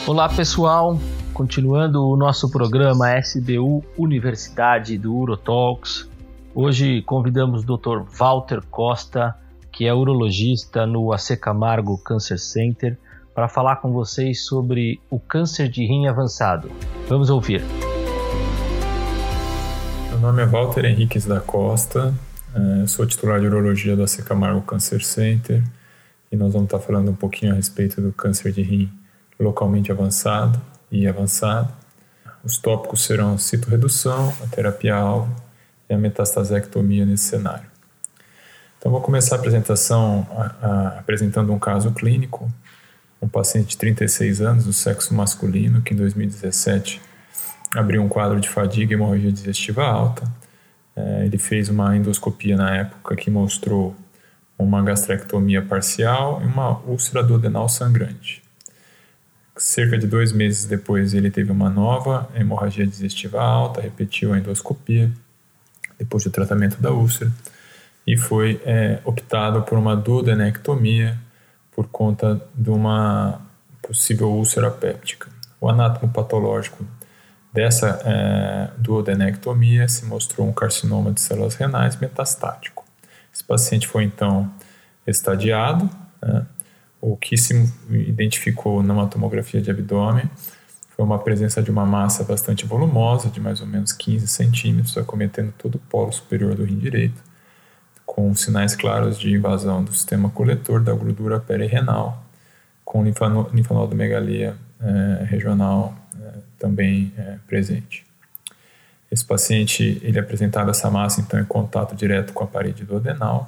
Olá pessoal, continuando o nosso programa SBU Universidade do UroTalks. Hoje convidamos o Dr. Walter Costa, que é urologista no AC Camargo Cancer Center, para falar com vocês sobre o câncer de rim avançado. Vamos ouvir. Meu nome é Walter Henriques da Costa, eu sou titular de urologia do AC Camargo Cancer Center e nós vamos estar falando um pouquinho a respeito do câncer de rim localmente avançado e avançado. Os tópicos serão a citorredução, a terapia-alvo e a metastasectomia nesse cenário. Então vou começar a apresentação apresentando um caso clínico, um paciente de 36 anos do sexo masculino que em 2017 abriu um quadro de fadiga e hemorragia digestiva alta. Ele fez uma endoscopia na época que mostrou uma gastrectomia parcial e uma úlcera duodenal sangrante. Cerca de 2 meses depois ele teve uma nova hemorragia digestiva alta, repetiu a endoscopia depois do tratamento da úlcera e foi optado por uma duodenectomia por conta de uma possível úlcera péptica. O anátomo patológico dessa duodenectomia se mostrou um carcinoma de células renais metastático. Esse paciente foi então estadiado, O que se identificou numa tomografia de abdômen foi uma presença de uma massa bastante volumosa, de mais ou menos 15 centímetros, acometendo todo o polo superior do rim direito, com sinais claros de invasão do sistema coletor da gordura perirenal, com linfonodomegalia regional também presente. Esse paciente ele apresentava essa massa então em contato direto com a parede duodenal,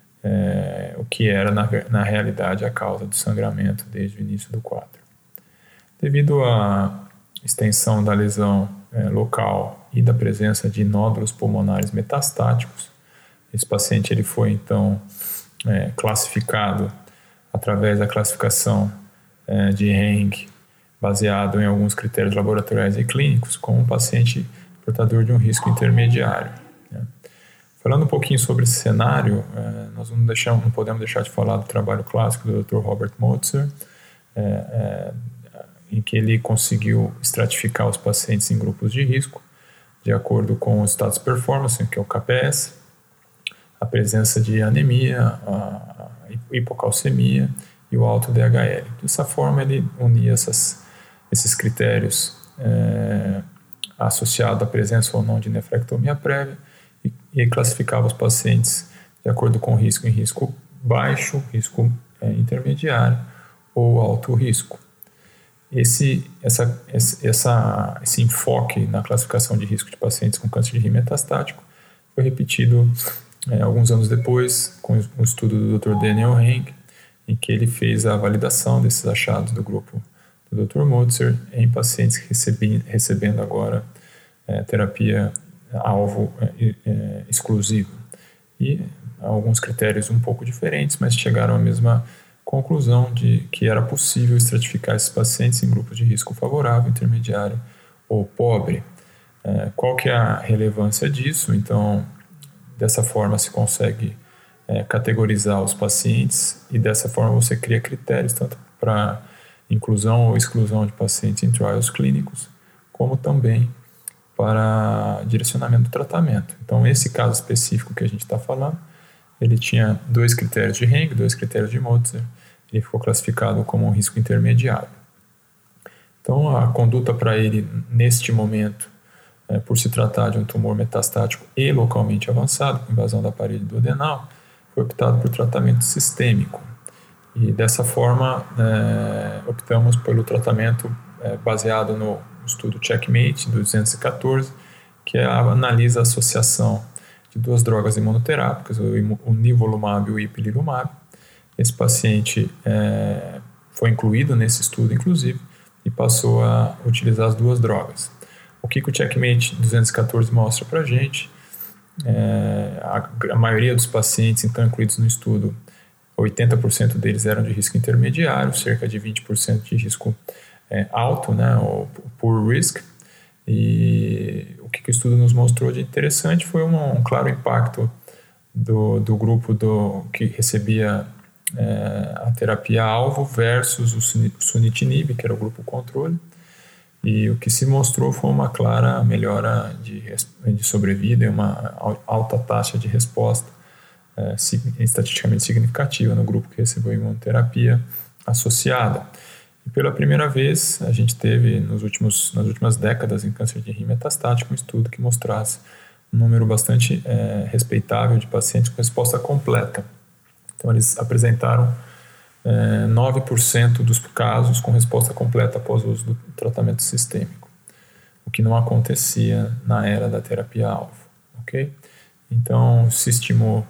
o que era na realidade a causa do sangramento desde o início do quadro. Devido à extensão da lesão local e da presença de nódulos pulmonares metastáticos, esse paciente ele foi então classificado através da classificação de Heng, baseado em alguns critérios laboratoriais e clínicos, como um paciente portador de um risco intermediário. Falando um pouquinho sobre esse cenário, nós não podemos deixar de falar do trabalho clássico do Dr. Robert Motzer, em que ele conseguiu estratificar os pacientes em grupos de risco, de acordo com o status performance, que é o KPS, a presença de anemia, a hipocalcemia e o alto DHL. Dessa forma, ele unia esses critérios associados à presença ou não de nefrectomia prévia, e classificava os pacientes de acordo com risco em risco baixo, risco intermediário ou alto risco. Esse enfoque na classificação de risco de pacientes com câncer de rim metastático foi repetido alguns anos depois com o estudo do Dr. Daniel Heng, em que ele fez a validação desses achados do grupo do Dr. Motzer em pacientes recebendo agora terapia alvo exclusivo. E alguns critérios um pouco diferentes, mas chegaram à mesma conclusão de que era possível estratificar esses pacientes em grupos de risco favorável, intermediário ou pobre. Qual que é a relevância disso? Então, dessa forma se consegue categorizar os pacientes e dessa forma você cria critérios tanto para inclusão ou exclusão de pacientes em trials clínicos, como também para direcionamento do tratamento. Então, esse caso específico que a gente está falando, ele tinha 2 critérios de Heng, 2 critérios de Motzer, ele ficou classificado como um risco intermediário. Então, a conduta para ele, neste momento, por se tratar de um tumor metastático e localmente avançado, com invasão da parede duodenal, foi optado por tratamento sistêmico. E, dessa forma, optamos pelo tratamento baseado no estudo Checkmate 214, que analisa a associação de 2 drogas imunoterápicas, o nivolumab e o ipilimumab. Esse paciente foi incluído nesse estudo, inclusive, e passou a utilizar as 2 drogas. O que o Checkmate 214 mostra para a gente? A maioria dos pacientes, então, incluídos no estudo, 80% deles eram de risco intermediário, cerca de 20% de risco alto, ou poor risk. E o que o estudo nos mostrou de interessante foi um claro impacto do grupo que recebia a terapia-alvo versus o sunitinib, que era o grupo controle, e o que se mostrou foi uma clara melhora de sobrevida e uma alta taxa de resposta estatisticamente significativa no grupo que recebeu imunoterapia associada. E pela primeira vez, a gente teve nas últimas décadas em câncer de rim metastático um estudo que mostrasse um número bastante respeitável de pacientes com resposta completa. Então, eles apresentaram 9% dos casos com resposta completa após o uso do tratamento sistêmico, o que não acontecia na era da terapia-alvo. Okay? Então, se estimou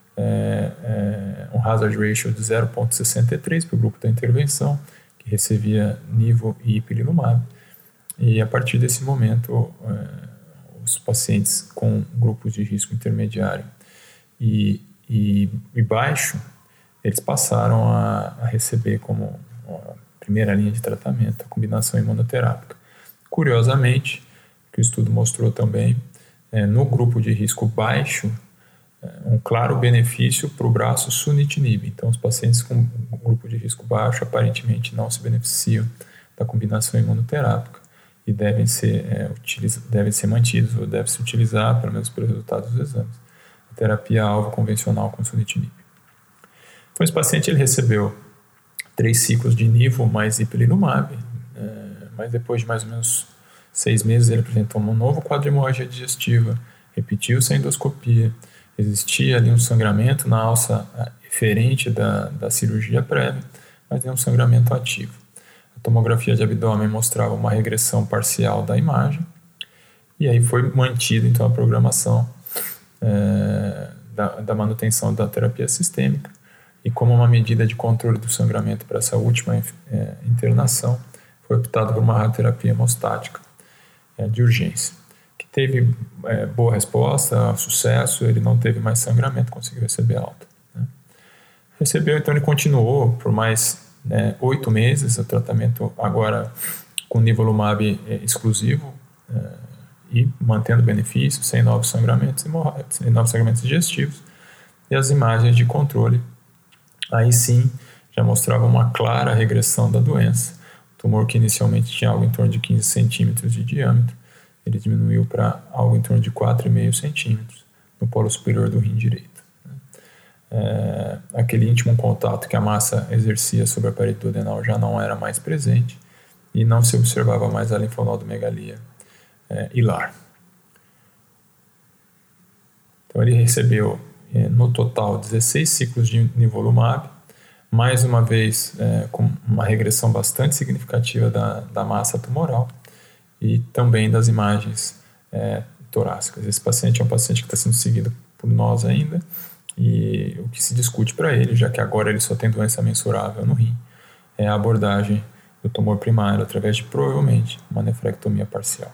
um hazard ratio de 0,63 para o grupo da intervenção, que recebia nivo e ipilimumab, e a partir desse momento, os pacientes com grupos de risco intermediário e baixo, eles passaram a receber como a primeira linha de tratamento a combinação imunoterápica. Curiosamente, o que o estudo mostrou também, no grupo de risco baixo, um claro benefício para o braço sunitinib. Então, os pacientes com grupo de risco baixo aparentemente não se beneficiam da combinação imunoterápica e devem ser mantidos ou deve se utilizar, pelo menos pelos resultados dos exames, a terapia-alvo convencional com sunitinib. Então, esse paciente ele recebeu 3 ciclos de nivo mais ipilimumab, mas depois de mais ou menos 6 meses ele apresentou um novo quadro de hemorragia digestiva, repetiu-se a endoscopia, existia ali um sangramento na alça eferente da cirurgia prévia, mas nenhum sangramento ativo. A tomografia de abdômen mostrava uma regressão parcial da imagem, e aí foi mantida então a programação da manutenção da terapia sistêmica, e como uma medida de controle do sangramento para essa última internação, foi optado por uma radioterapia hemostática de urgência, que teve boa resposta, sucesso, ele não teve mais sangramento, conseguiu receber alta. Né? Recebeu, então ele continuou por mais 8 meses, o tratamento agora com nivolumab exclusivo, e mantendo benefícios, sem novos sangramentos sem novos sangramentos digestivos, e as imagens de controle aí sim já mostravam uma clara regressão da doença. O tumor, que inicialmente tinha algo em torno de 15 centímetros de diâmetro, ele diminuiu para algo em torno de 4,5 centímetros no polo superior do rim direito. Aquele íntimo contato que a massa exercia sobre a parede duodenal já não era mais presente e não se observava mais a linfonodomegalia hilar. Então ele recebeu no total 16 ciclos de nivolumab, mais uma vez com uma regressão bastante significativa da massa tumoral e também das imagens torácicas. Esse paciente é um paciente que está sendo seguido por nós ainda, e o que se discute para ele, já que agora ele só tem doença mensurável no rim, é a abordagem do tumor primário através de, provavelmente, uma nefrectomia parcial.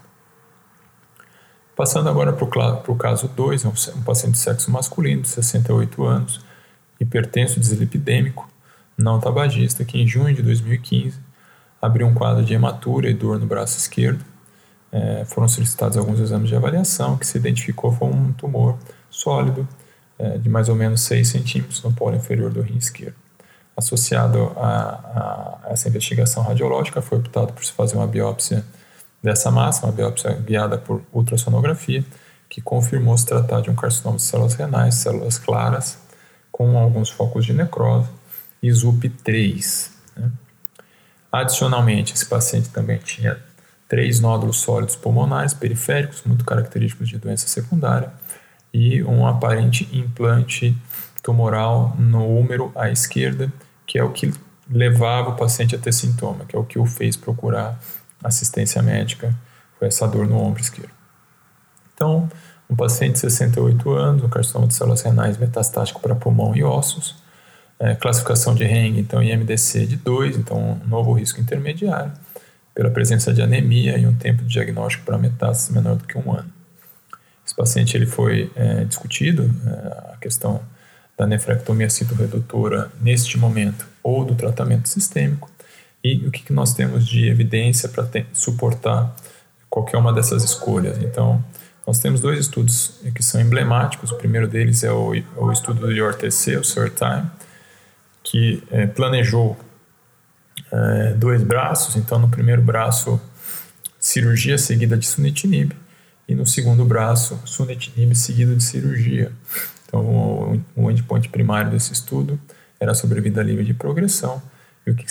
Passando agora para o caso 2, um paciente de sexo masculino de 68 anos, hipertenso dislipidêmico, não tabagista, que em junho de 2015 abriu um quadro de hematura e dor no braço esquerdo. Foram solicitados alguns exames de avaliação, que se identificou como um tumor sólido de mais ou menos 6 centímetros no polo inferior do rim esquerdo. Associado a essa investigação radiológica, foi optado por se fazer uma biópsia dessa massa, uma biópsia guiada por ultrassonografia, que confirmou se tratar de um carcinoma de células renais, células claras, com alguns focos de necrose e ZUP3. Né? Adicionalmente, esse paciente também tinha 3 nódulos sólidos pulmonares periféricos, muito característicos de doença secundária, e um aparente implante tumoral no úmero à esquerda, que é o que levava o paciente a ter sintoma, que é o que o fez procurar assistência médica, foi essa dor no ombro esquerdo. Então, um paciente de 68 anos, um carcinoma de células renais metastático para pulmão e ossos, classificação de Heng, então IMDC de 2, então um novo risco intermediário, pela presença de anemia e um tempo de diagnóstico para metástase menor do que 1 ano. Esse paciente ele foi discutido, a questão da nefrectomia citoredutora neste momento ou do tratamento sistêmico, e o que nós temos de evidência para suportar qualquer uma dessas escolhas. Então, nós temos 2 estudos que são emblemáticos. O primeiro deles é o estudo do IORTC, o SURTIME, que planejou 2 braços. Então, no primeiro braço, cirurgia seguida de sunitinib, e no segundo braço, sunitinib seguido de cirurgia. Então, o endpoint primário desse estudo era a sobrevida livre de progressão, e o que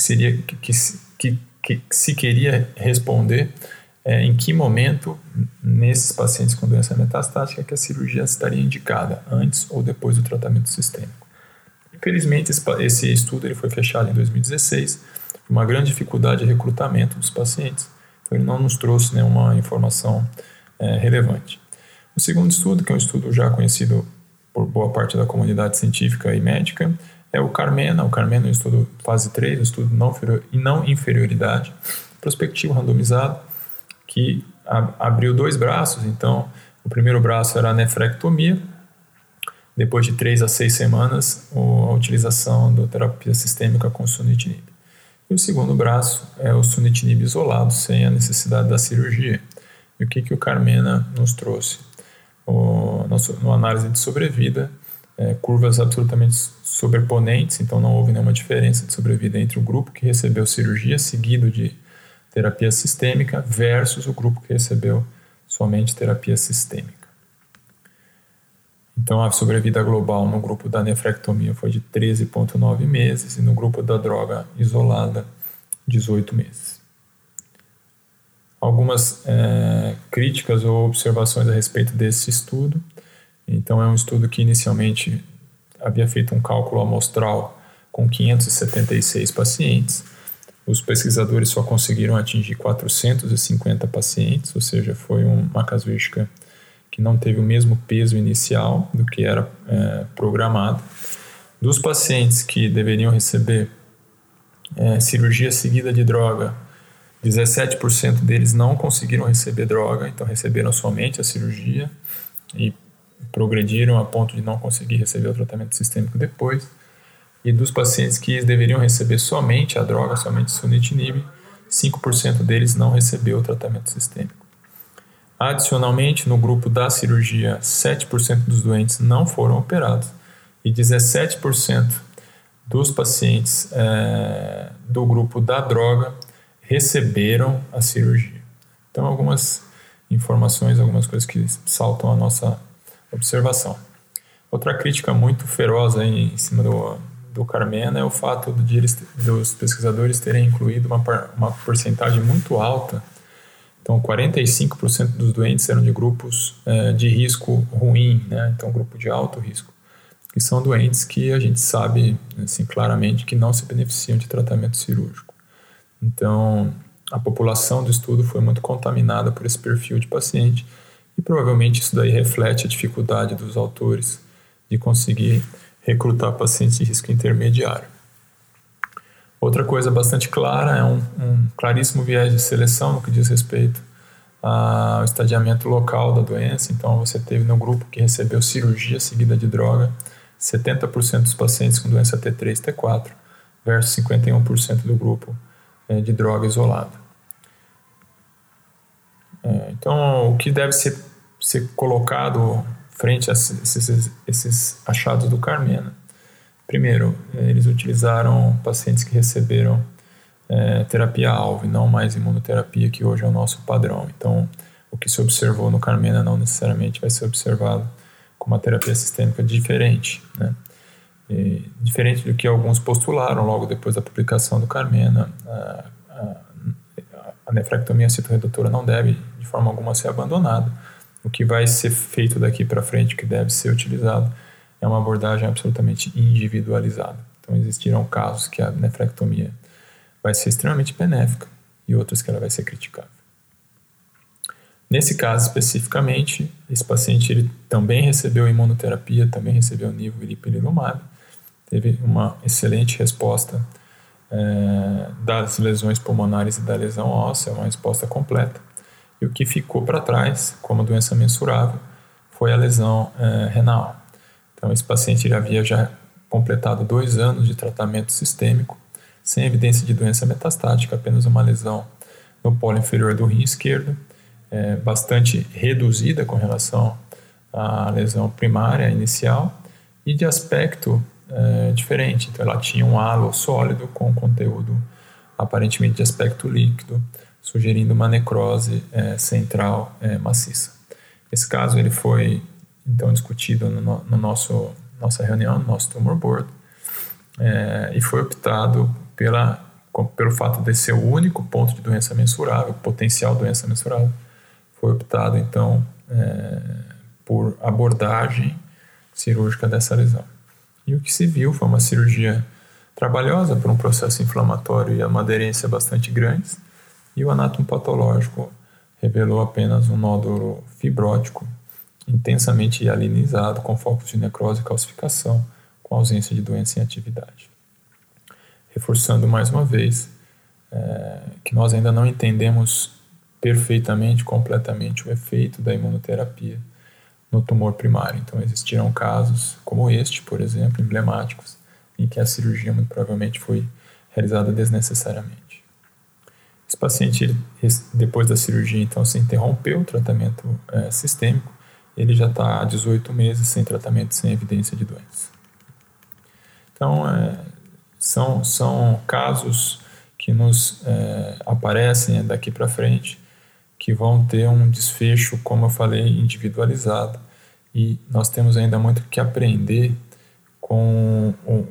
se queria responder em que momento, nesses pacientes com doença metastática, que a cirurgia estaria indicada, antes ou depois do tratamento sistêmico. Infelizmente, esse estudo ele foi fechado em 2016, por uma grande dificuldade de recrutamento dos pacientes, então ele não nos trouxe nenhuma informação relevante. O segundo estudo, que é um estudo já conhecido por boa parte da comunidade científica e médica, é o Carmena. O Carmena é um estudo fase 3, um estudo não inferioridade, prospectivo randomizado, que abriu 2 braços. Então, o primeiro braço era a nefrectomia, depois de 3 a 6 semanas, a utilização da terapia sistêmica com sunitinib. E o segundo braço é o sunitinib isolado, sem a necessidade da cirurgia. E o que o Carmena nos trouxe? Na análise de sobrevida, curvas absolutamente sobreponentes, então não houve nenhuma diferença de sobrevida entre o grupo que recebeu cirurgia seguido de terapia sistêmica versus o grupo que recebeu somente terapia sistêmica. Então, a sobrevida global no grupo da nefrectomia foi de 13,9 meses e no grupo da droga isolada, 18 meses. Algumas críticas ou observações a respeito desse estudo. Então, é um estudo que inicialmente havia feito um cálculo amostral com 576 pacientes. Os pesquisadores só conseguiram atingir 450 pacientes, ou seja, foi uma casuística que não teve o mesmo peso inicial do que era programado. Dos pacientes que deveriam receber cirurgia seguida de droga, 17% deles não conseguiram receber droga, então receberam somente a cirurgia e progrediram a ponto de não conseguir receber o tratamento sistêmico depois. E dos pacientes que deveriam receber somente a droga, somente sunitinib, 5% deles não recebeu o tratamento sistêmico. Adicionalmente, no grupo da cirurgia, 7% dos doentes não foram operados e 17% dos pacientes do grupo da droga receberam a cirurgia. Então, algumas informações, algumas coisas que saltam a nossa observação. Outra crítica muito feroz aí em cima do Carmena é o fato dos pesquisadores terem incluído uma porcentagem muito alta. Então, 45% dos doentes eram de grupos de risco ruim, né? Então, grupo de alto risco, que são doentes que a gente sabe assim, claramente que não se beneficiam de tratamento cirúrgico. Então, a população do estudo foi muito contaminada por esse perfil de paciente e provavelmente isso daí reflete a dificuldade dos autores de conseguir recrutar pacientes de risco intermediário. Outra coisa bastante clara é um claríssimo viés de seleção no que diz respeito ao estadiamento local da doença. Então, você teve no grupo que recebeu cirurgia seguida de droga, 70% dos pacientes com doença T3 e T4 versus 51% do grupo de droga isolada. Então, o que deve ser colocado frente a esses achados do Carmena? Primeiro, eles utilizaram pacientes que receberam terapia-alvo e não mais imunoterapia, que hoje é o nosso padrão. Então, o que se observou no Carmena não necessariamente vai ser observado com uma terapia sistêmica diferente, né? Diferente do que alguns postularam logo depois da publicação do Carmena, a nefrectomia citoredutora não deve de forma alguma ser abandonada. O que vai ser feito daqui para frente, que deve ser utilizado, é uma abordagem absolutamente individualizada. Então, existirão casos que a nefrectomia vai ser extremamente benéfica e outros que ela vai ser criticável. Nesse caso especificamente, esse paciente ele também recebeu imunoterapia, também recebeu nível ipilimumab, teve uma excelente resposta das lesões pulmonares e da lesão óssea, uma resposta completa. E o que ficou para trás, como doença mensurável, foi a lesão renal. Então, esse paciente ele havia já completado 2 anos de tratamento sistêmico, sem evidência de doença metastática, apenas uma lesão no polo inferior do rim esquerdo, bastante reduzida com relação à lesão primária inicial, e de aspecto diferente. Então ela tinha um halo sólido com conteúdo aparentemente de aspecto líquido, sugerindo uma necrose central maciça. Esse caso ele foi então discutido no nossa reunião, no nosso tumor board, e foi optado pelo fato de ser o único ponto de doença mensurável, potencial doença mensurável, foi optado então por abordagem cirúrgica dessa lesão. E o que se viu foi uma cirurgia trabalhosa por um processo inflamatório e uma aderência bastante grandes, e o anátomo patológico revelou apenas um nódulo fibrótico intensamente hialinizado com focos de necrose e calcificação, com ausência de doença em atividade. Reforçando mais uma vez que nós ainda não entendemos perfeitamente, completamente o efeito da imunoterapia no tumor primário. Então existiram casos como este, por exemplo, emblemáticos, em que a cirurgia muito provavelmente foi realizada desnecessariamente. Esse paciente, depois da cirurgia, então, se interrompeu o tratamento sistêmico, ele já está há 18 meses sem tratamento, sem evidência de doença. Então, são casos que nos aparecem daqui para frente, que vão ter um desfecho, como eu falei, individualizado, e nós temos ainda muito que aprender com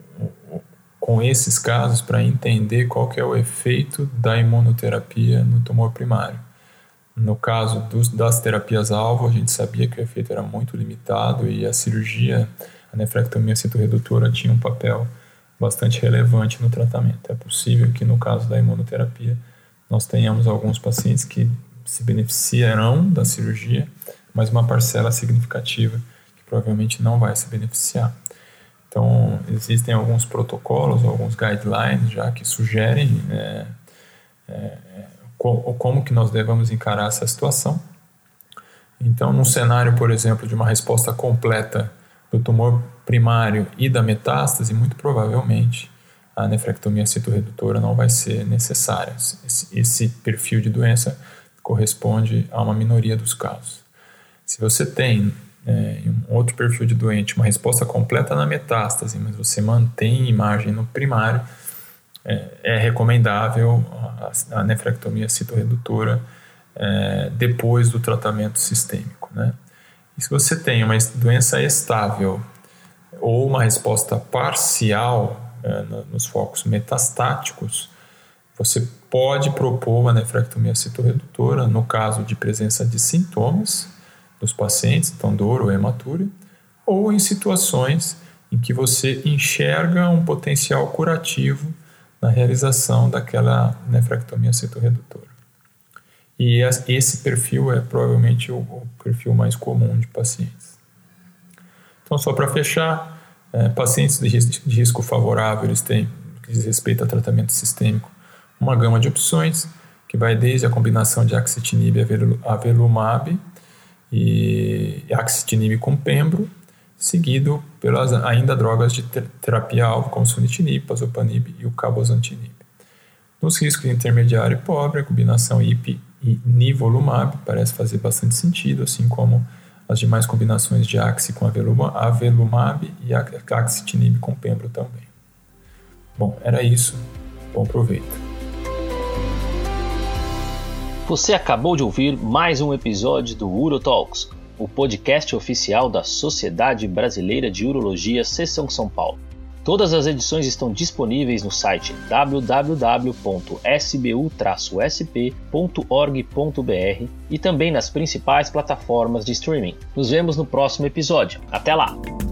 esses casos para entender qual que é o efeito da imunoterapia no tumor primário. No caso das terapias-alvo, a gente sabia que o efeito era muito limitado e a cirurgia, a nefrectomia citorredutora, tinha um papel bastante relevante no tratamento. É possível que no caso da imunoterapia nós tenhamos alguns pacientes que se beneficiarão da cirurgia, mas uma parcela significativa que provavelmente não vai se beneficiar. Então, existem alguns protocolos, alguns guidelines já que sugerem como que nós devemos encarar essa situação. Então, num cenário, por exemplo, de uma resposta completa do tumor primário e da metástase, muito provavelmente a nefrectomia citorredutora não vai ser necessária. Esse perfil de doença corresponde a uma minoria dos casos. Se você tem um outro perfil de doente, uma resposta completa na metástase, mas você mantém imagem no primário, é recomendável a nefrectomia citorredutora depois do tratamento sistêmico, né? E se você tem uma doença estável ou uma resposta parcial nos focos metastáticos, você pode propor uma nefrectomia citorredutora no caso de presença de sintomas dos pacientes, então dor ou hematúria, ou em situações em que você enxerga um potencial curativo na realização daquela nefrectomia citorredutora. E esse perfil é provavelmente o perfil mais comum de pacientes. Então, só para fechar, pacientes de risco favorável, eles têm, no que diz respeito a tratamento sistêmico, uma gama de opções, que vai desde a combinação de axitinib e avelumab, e axitinib com pembro, seguido pelas ainda drogas de terapia-alvo, como sunitinib, pazopanib e o cabozantinib. Nos riscos intermediário e pobre, a combinação IP e nivolumab parece fazer bastante sentido, assim como as demais combinações de axi com avelumab e axitinib com pembro também. Bom, era isso. Bom proveito. Você acabou de ouvir mais um episódio do UroTalks, o podcast oficial da Sociedade Brasileira de Urologia Seção São Paulo. Todas as edições estão disponíveis no site www.sbu-sp.org.br e também nas principais plataformas de streaming. Nos vemos no próximo episódio. Até lá!